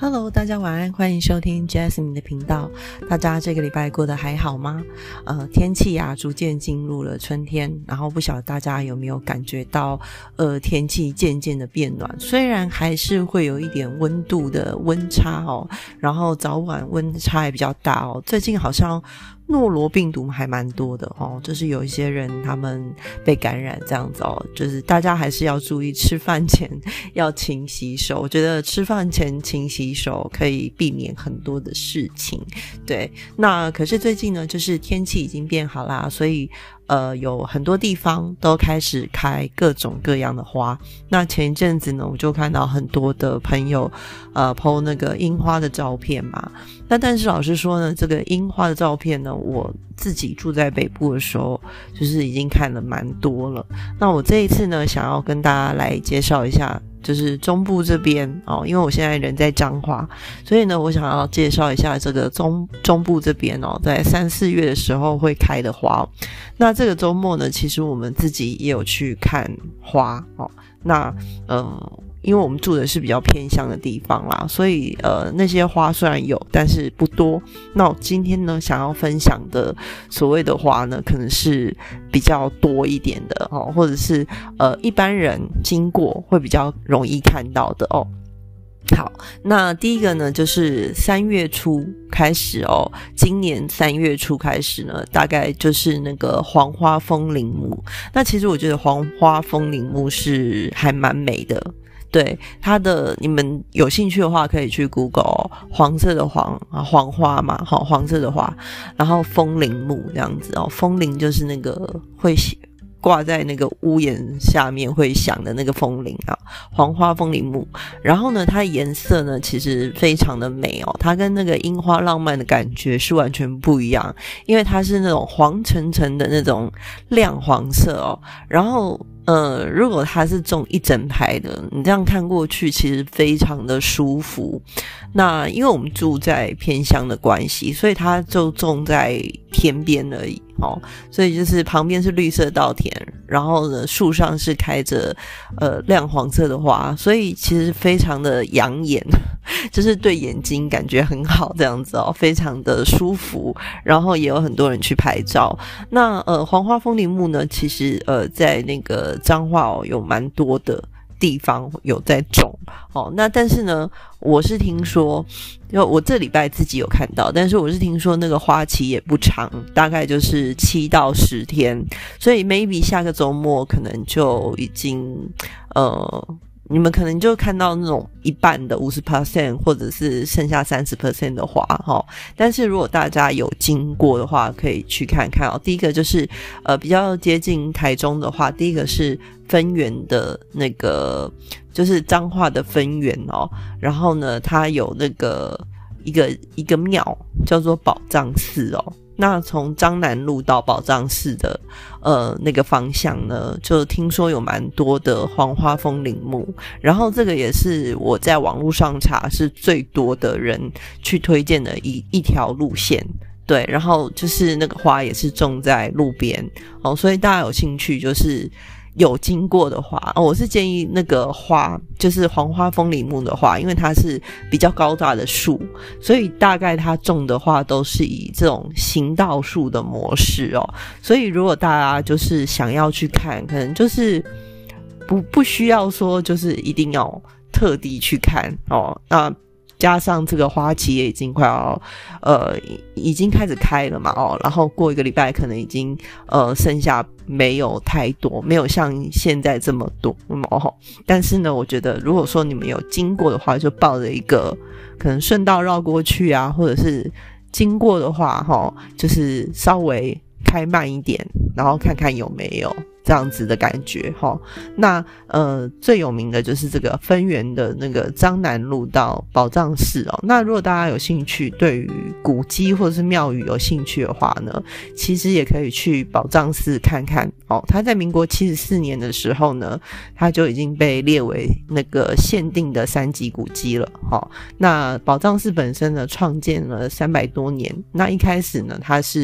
Hello， 大家晚安，欢迎收听 Jasmine 的频道。大家这个礼拜过得还好吗？天气啊逐渐进入了春天，然后不晓得大家有没有感觉到天气渐渐的变暖，虽然还是会有一点温度的温差哦，然后早晚温差也比较大哦。最近好像诺罗病毒还蛮多的哦，就是有一些人他们被感染这样子哦，就是大家还是要注意吃饭前要勤洗手，我觉得吃饭前勤洗手可以避免很多的事情。对，那可是最近呢，就是天气已经变好啦，所以有很多地方都开始开各种各样的花。那前一阵子呢，我就看到很多的朋友po 那个樱花的照片嘛。那但是老实说呢，这个樱花的照片呢，我自己住在北部的时候，就是已经看了蛮多了。那我这一次呢，想要跟大家来介绍一下，就是中部这边哦，因为我现在人在彰化，所以呢，我想要介绍一下这个中部这边哦，在3、4月的时候会开的花。那这个周末呢，其实我们自己也有去看花哦。那因为我们住的是比较偏乡的地方啦，所以那些花虽然有，但是不多。那我今天呢，想要分享的所谓的花呢，可能是比较多一点的哦，或者是一般人经过会比较容易看到的哦。好，那第一个呢，就是3月初开始哦，今年3月初开始呢，大概就是那个黄花风铃木。那其实我觉得黄花风铃木是还蛮美的。对，它的你们有兴趣的话可以去 Google 哦，黄色的黄花嘛，好，黄色的花，然后风铃木这样子哦，风铃就是那个会挂在那个屋檐下面会响的那个风铃啊，黄花风铃木。然后呢，它颜色呢其实非常的美哦，它跟那个樱花浪漫的感觉是完全不一样，因为它是那种黄澄澄的那种亮黄色哦，然后如果它是种一整排的，你这样看过去其实非常的舒服。那因为我们住在偏乡的关系，所以它就种在田边而已哦，所以就是旁边是绿色稻田，然后呢树上是开着亮黄色的花，所以其实非常的养眼，就是对眼睛感觉很好这样子哦，非常的舒服，然后也有很多人去拍照。那黄花风铃木呢，其实在那个彰化哦有蛮多的地方有在种哦。那但是呢，我是听说，我这礼拜自己有看到，但是我是听说那个花期也不长，大概就是7到10天，所以 maybe 下个周末可能就已经你们可能就看到那种一半的 50% 或者是剩下 30% 的花齁。但是如果大家有经过的话，可以去看看哦。第一个就是比较接近台中的话，第一个是分园的那个，就是彰化的分园哦。然后呢，它有那个一个庙叫做宝藏寺哦。那从彰南路到宝藏寺的那个方向呢，就听说有蛮多的黄花风铃木，然后这个也是我在网络上查是最多的人去推荐的一条路线。对，然后就是那个花也是种在路边哦，所以大家有兴趣就是有经过的话我是建议那个花就是黄花风铃木的话，因为它是比较高大的树，所以大概它种的话都是以这种行道树的模式哦。所以如果大家就是想要去看，可能就是不需要说就是一定要特地去看哦。那加上这个花期也已经快要已经开始开了嘛哦，然后过1个礼拜可能已经剩下没有太多，没有像现在这么多哦。但是呢，我觉得如果说你们有经过的话，就抱着一个可能顺道绕过去啊，或者是经过的话就是稍微开慢一点，然后看看有没有这样子的感觉那最有名的就是这个分园的那个彰南路到宝藏寺哦。那如果大家有兴趣，对于古迹或者是庙宇有兴趣的话呢，其实也可以去宝藏寺看看哦。它在民国74年的时候呢，它就已经被列为那个限定的3级古迹了那宝藏寺本身呢，创建了300多年。那一开始呢，它是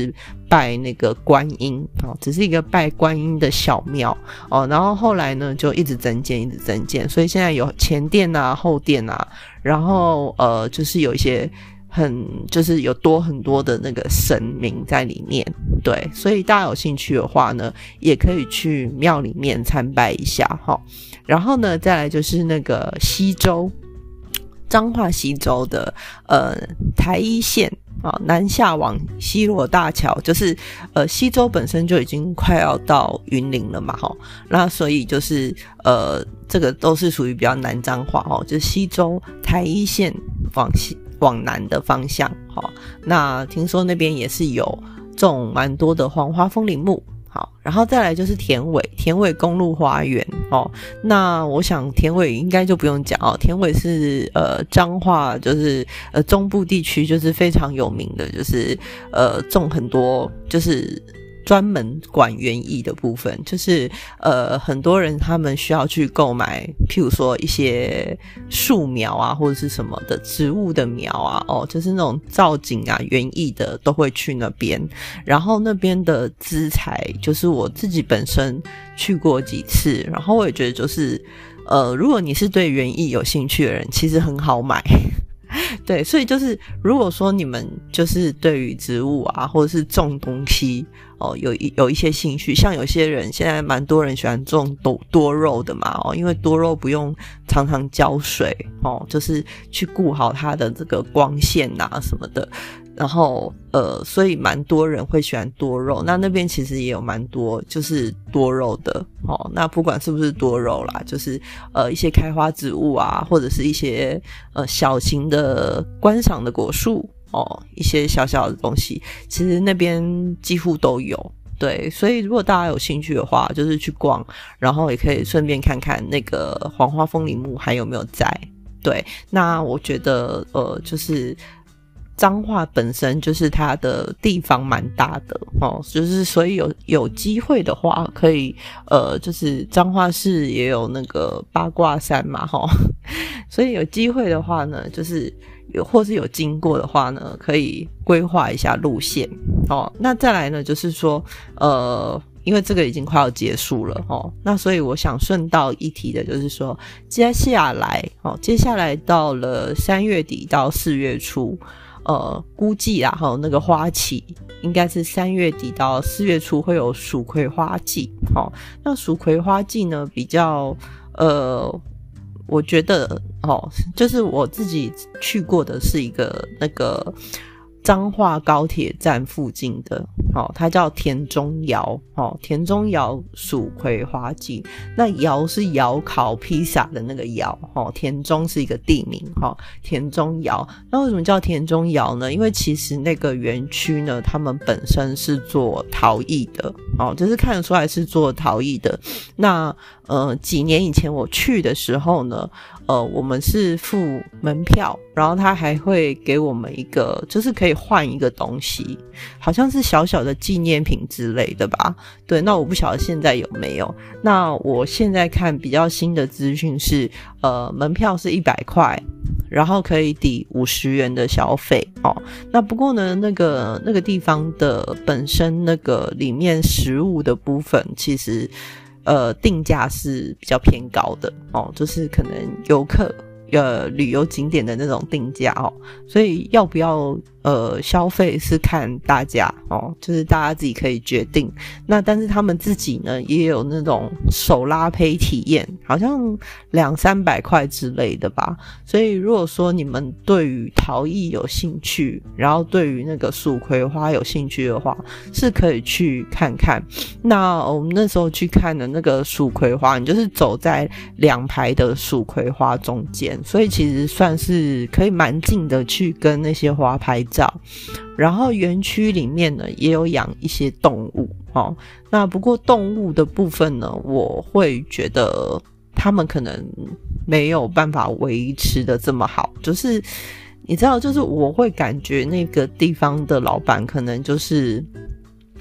拜那个观音只是一个拜观音的小庙然后后来呢就一直增建，所以现在有前殿啊后殿啊，然后就是有一些就是有很多的那个神明在里面，对，所以大家有兴趣的话呢也可以去庙里面参拜一下然后呢再来就是那个溪州，彰化溪州的台一线南下往西螺大桥，就是溪州本身就已经快要到云林了嘛那所以就是这个都是属于比较南彰化就是溪州台一线往南的方向那听说那边也是有种蛮多的黄花风铃木。好，然后再来就是田尾公路花园那我想田尾应该就不用讲田尾是彰化就是中部地区就是非常有名的，就是种很多就是专门管园艺的部分，就是很多人他们需要去购买譬如说一些树苗啊或者是什么的植物的苗啊就是那种造景啊园艺的都会去那边，然后那边的资材就是我自己本身去过几次，然后我也觉得就是如果你是对园艺有兴趣的人其实很好买对，所以就是如果说你们就是对于植物啊或者是种东西有一些兴趣，像有些人现在蛮多人喜欢种多肉的嘛因为多肉不用常常浇水就是去顾好它的这个光线啊什么的，然后所以蛮多人会喜欢多肉，那边其实也有蛮多就是多肉的那不管是不是多肉啦，就是一些开花植物啊或者是一些小型的观赏的果树一些小小的东西其实那边几乎都有，对，所以如果大家有兴趣的话就是去逛，然后也可以顺便看看那个黄花风铃木还有没有在，对，那我觉得就是彰化本身就是它的地方蛮大的就是所以有机会的话可以就是彰化市也有那个八卦山嘛所以有机会的话呢就是或是有经过的话呢可以规划一下路线那再来呢就是说因为这个已经快要结束了那所以我想顺道一提的就是说接下来到了3月底到4月初估计啦那个花期应该是3月底到4月初会有蜀葵花季那蜀葵花季呢比较我觉得就是我自己去过的是一个那个彰化高铁站附近的它叫田中窑田中窑蜀葵花季，那窑是窑烤披萨的那个窑田中是一个地名田中窑。那为什么叫田中窑呢？因为其实那个园区呢他们本身是做陶艺的就是看得出来是做陶艺的。那几年以前我去的时候呢我们是付门票，然后他还会给我们一个就是可以换一个东西，好像是小小的纪念品之类的吧，对，那我不晓得现在有没有。那我现在看比较新的资讯是门票是100块，然后可以抵50元的消费那不过呢那个地方的本身那个里面食物的部分其实定价是比较偏高的就是可能游客旅游景点的那种定价所以要不要消费是看大家就是大家自己可以决定。那但是他们自己呢也有那种手拉胚体验，好像200-300块之类的吧。所以如果说你们对于陶艺有兴趣，然后对于那个蜀葵花有兴趣的话，是可以去看看。那我们那时候去看的那个蜀葵花，你就是走在2排的蜀葵花中间，所以其实算是可以蛮近的去跟那些花拍照。然后园区里面呢也有养一些动物那不过动物的部分呢我会觉得他们可能没有办法维持的这么好，就是你知道就是我会感觉那个地方的老板可能就是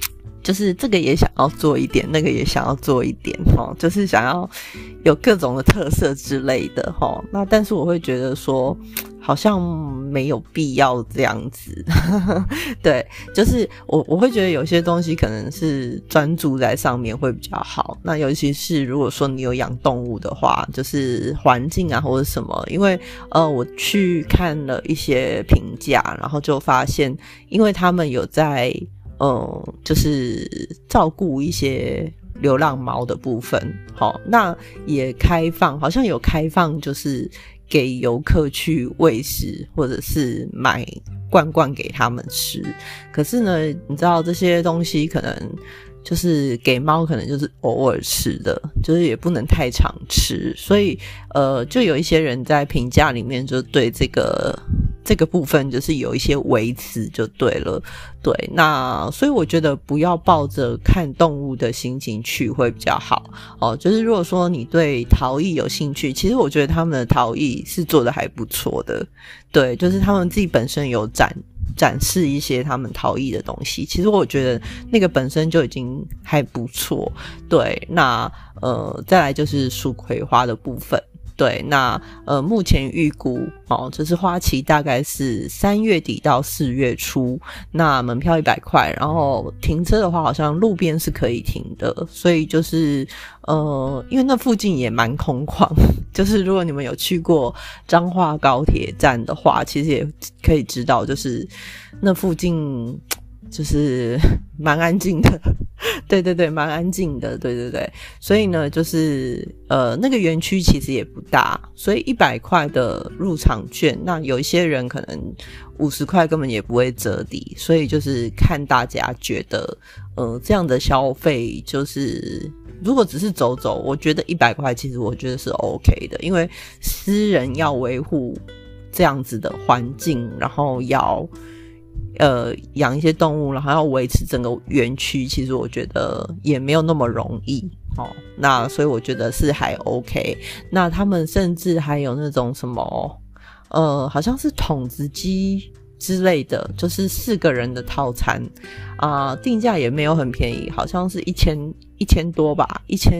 就是这个也想要做一点，那个也想要做一点就是想要有各种的特色之类的那但是我会觉得说好像没有必要这样子对，就是我会觉得有些东西可能是专注在上面会比较好，那尤其是如果说你有养动物的话，就是环境啊或者什么，因为我去看了一些评价，然后就发现因为他们有在就是照顾一些流浪猫的部分那也好像有开放就是给游客去喂食或者是买罐给他们吃，可是呢你知道这些东西可能就是给猫可能就是偶尔吃的，就是也不能太常吃，所以就有一些人在评价里面就对这个部分就是有一些维持就对了。对，那所以我觉得不要抱着看动物的心情去会比较好就是如果说你对陶艺有兴趣，其实我觉得他们的陶艺是做得还不错的，对，就是他们自己本身有展示一些他们陶艺的东西，其实我觉得那个本身就已经还不错。对，那再来就是蜀葵花的部分，对，那目前预估就是花期大概是3月底到4月初，那门票100块，然后停车的话好像路边是可以停的，所以就是因为那附近也蛮空旷，就是如果你们有去过彰化高铁站的话，其实也可以知道就是那附近就是蛮安静的对，蛮安静的，对，所以呢就是那个园区其实也不大，所以100块的入场券，那有一些人可能50块根本也不会折抵，所以就是看大家觉得这样的消费就是如果只是走走，我觉得100块其实我觉得是 OK 的，因为私人要维护这样子的环境，然后要养一些动物，然后要维持整个园区，其实我觉得也没有那么容易那所以我觉得是还 OK。 那他们甚至还有那种什么好像是筒子鸡之类的，就是4个人的套餐定价也没有很便宜，好像是1000多吧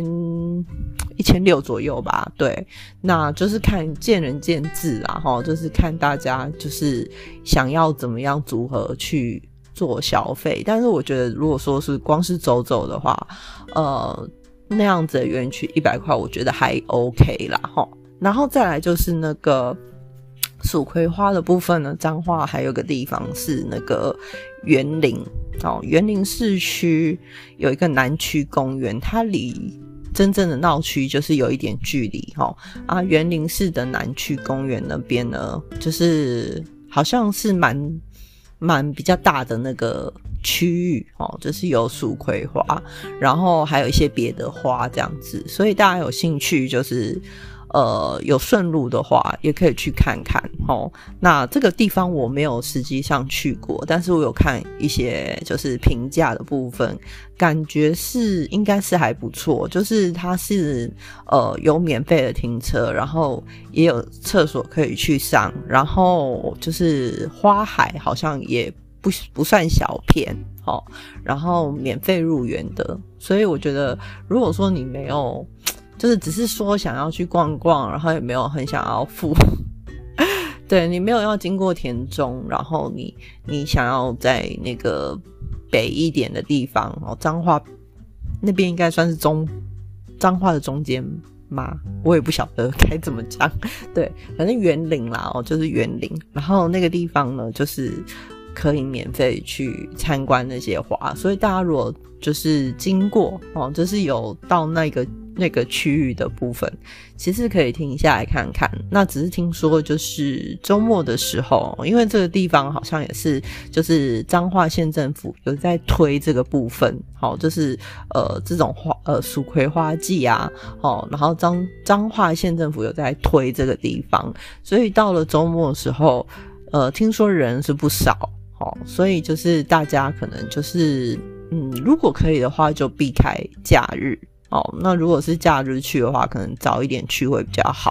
，1600左右吧，对，那就是看见仁见智啦就是看大家就是想要怎么样组合去做消费，但是我觉得如果说是光是走走的话那样子的园区100块我觉得还 OK 啦然后再来就是那个蜀葵花的部分呢，彰化还有个地方是那个员林员林市区有一个南区公园，它离真正的闹区就是有一点距离员林市的南区公园那边呢，就是好像是蛮比较大的那个区域就是有蜀葵花，然后还有一些别的花这样子，所以大家有兴趣就是有顺路的话也可以去看看那这个地方我没有实际上去过，但是我有看一些就是评价的部分，感觉是应该是还不错，就是它是有免费的停车，然后也有厕所可以去上，然后就是花海好像也不算小片然后免费入园的，所以我觉得如果说你没有就是只是说想要去逛逛，然后也没有很想要付对，你没有要经过田中，然后你想要在那个北一点的地方彰化那边应该算是彰化的中间吗？我也不晓得该怎么讲，对，反正员林啦就是员林，然后那个地方呢就是可以免费去参观那些花，所以大家如果就是经过就是有到那个区域的部分，其实可以停下来看看。那只是听说就是周末的时候，因为这个地方好像也是就是彰化县政府有在推这个部分就是这种蜀葵花季啊然后彰化县政府有在推这个地方，所以到了周末的时候听说人是不少所以就是大家可能就是如果可以的话就避开假日那如果是假日去的话可能早一点去会比较好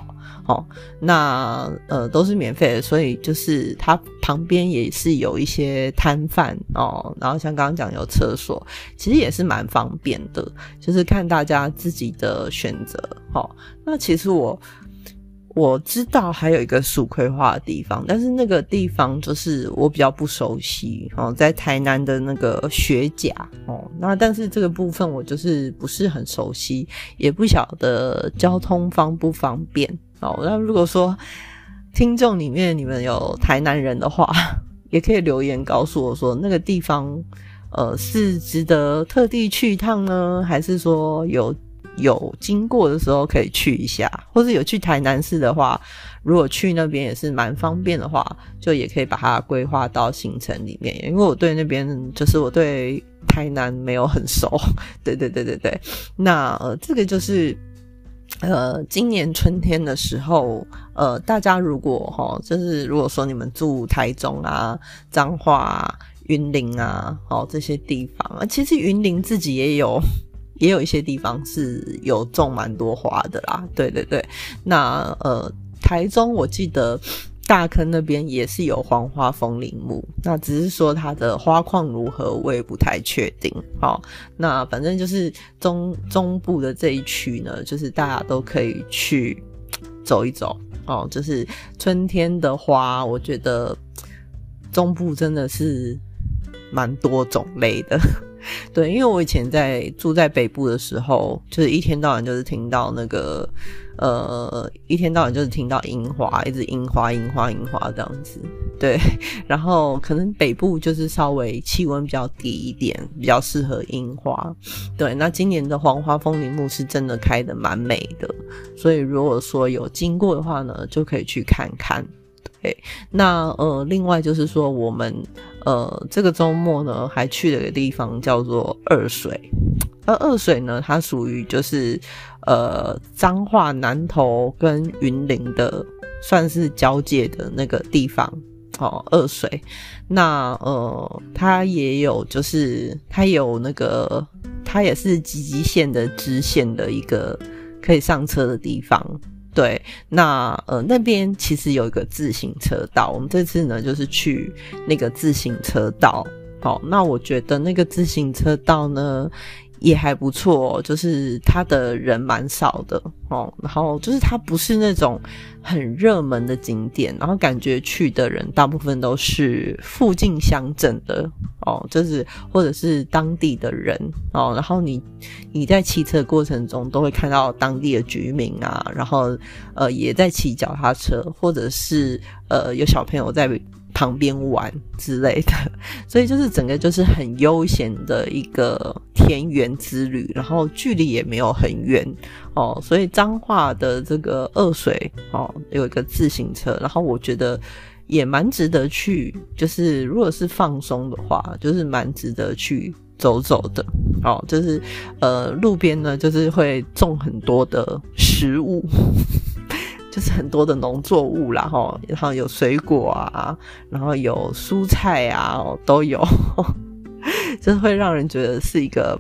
那都是免费的，所以就是它旁边也是有一些摊贩然后像刚刚讲有厕所，其实也是蛮方便的，就是看大家自己的选择。那其实我知道还有一个蜀葵花的地方，但是那个地方就是我比较不熟悉在台南的那个学甲那但是这个部分我就是不是很熟悉，也不晓得交通方不方便那如果说听众里面你们有台南人的话，也可以留言告诉我说那个地方是值得特地去一趟呢，还是说有经过的时候可以去一下，或是有去台南市的话，如果去那边也是蛮方便的话，就也可以把它规划到行程里面。因为我对那边就是我对台南没有很熟，对，那这个就是今年春天的时候大家如果就是如果说你们住台中啊、彰化啊、云林啊这些地方其实云林自己也有一些地方是有种蛮多花的啦，对，那台中我记得大坑那边也是有黄花风铃木，那只是说它的花况如何我也不太确定那反正就是中部的这一区呢，就是大家都可以去走一走就是春天的花，我觉得中部真的是蛮多种类的对，因为我以前住在北部的时候，就是一天到晚就是听到那个一天到晚就是听到樱花，一直樱花这样子，对，然后可能北部就是稍微气温比较低一点，比较适合樱花，对，那今年的黄花风铃木是真的开得蛮美的，所以如果说有经过的话呢，就可以去看看。对，那另外就是说我们这个周末呢还去了一个地方叫做二水，而二水呢它属于就是彰化南投跟云林的算是交界的那个地方二水，那它也有就是它有那个它也是集集线的支线的一个可以上车的地方。对，那那边其实有一个自行车道，我们这次呢就是去那个自行车道那我觉得那个自行车道呢也还不错就是它的人蛮少的然后就是它不是那种很热门的景点，然后感觉去的人大部分都是附近乡镇的就是或者是当地的人然后你在骑车的过程中都会看到当地的居民啊，然后也在骑脚踏车，或者是有小朋友在旁边玩之类的，所以就是整个就是很悠闲的一个田园之旅，然后距离也没有很远所以彰化的这个二水有一个自行车，然后我觉得也蛮值得去，就是如果是放松的话就是蛮值得去走走的就是路边呢就是会种很多的食物就是很多的农作物啦然后有水果啊，然后有蔬菜啊都有就是会让人觉得是一个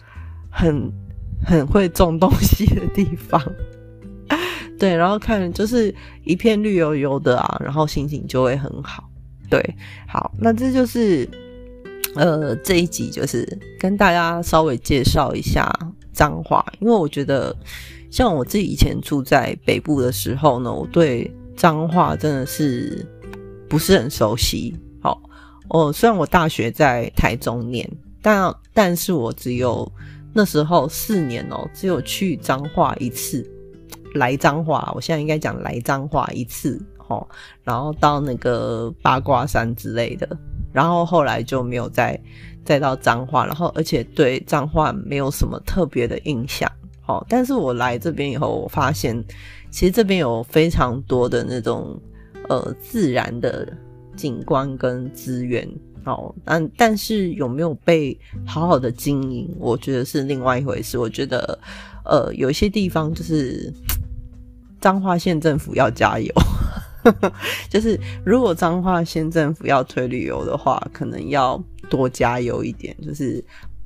很会种东西的地方对，然后看就是一片绿油油的啊，然后心情就会很好。对，好，那这就是这一集就是跟大家稍微介绍一下彰化，因为我觉得像我自己以前住在北部的时候呢，我对彰化真的是不是很熟悉。虽然我大学在台中念，但是我只有那时候4年只有去彰化一次，来彰化，我现在应该讲来彰化一次然后到那个八卦山之类的，然后后来就没有再到彰化，然后而且对彰化没有什么特别的印象但是我来这边以后，我发现其实这边有非常多的那种自然的景观跟资源但是有没有被好好的经营，我觉得是另外一回事。我觉得有一些地方就是彰化县政府要加油就是如果彰化县政府要推旅游的话，可能要多加油一点，就是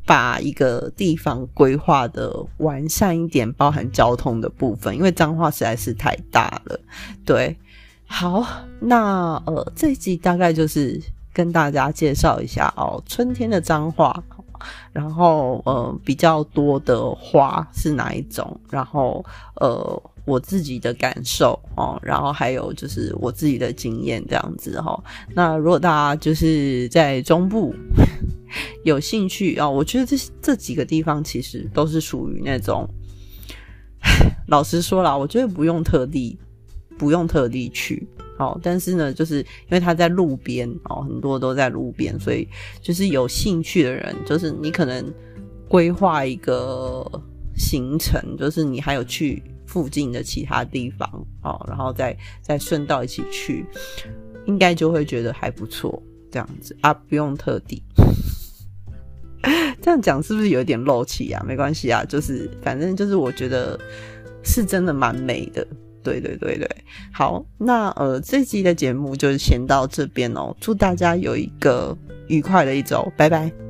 把一个地方规划的完善一点，包含交通的部分，因为彰化实在是太大了。对，好，那这一集大概就是跟大家介绍一下春天的彰化，然后比较多的花是哪一种，然后我自己的感受然后还有就是我自己的经验这样子那如果大家就是在中部有兴趣我觉得这几个地方其实都是属于那种老实说啦，我觉得不用特地去但是呢就是因为它在路边很多都在路边，所以就是有兴趣的人，就是你可能规划一个行程，就是你还有去附近的其他地方然后再顺道一起去，应该就会觉得还不错这样子不用特地这样讲是不是有点漏气没关系就是反正就是我觉得是真的蛮美的。对，好，那这集的节目就先到这边祝大家有一个愉快的一周，拜拜。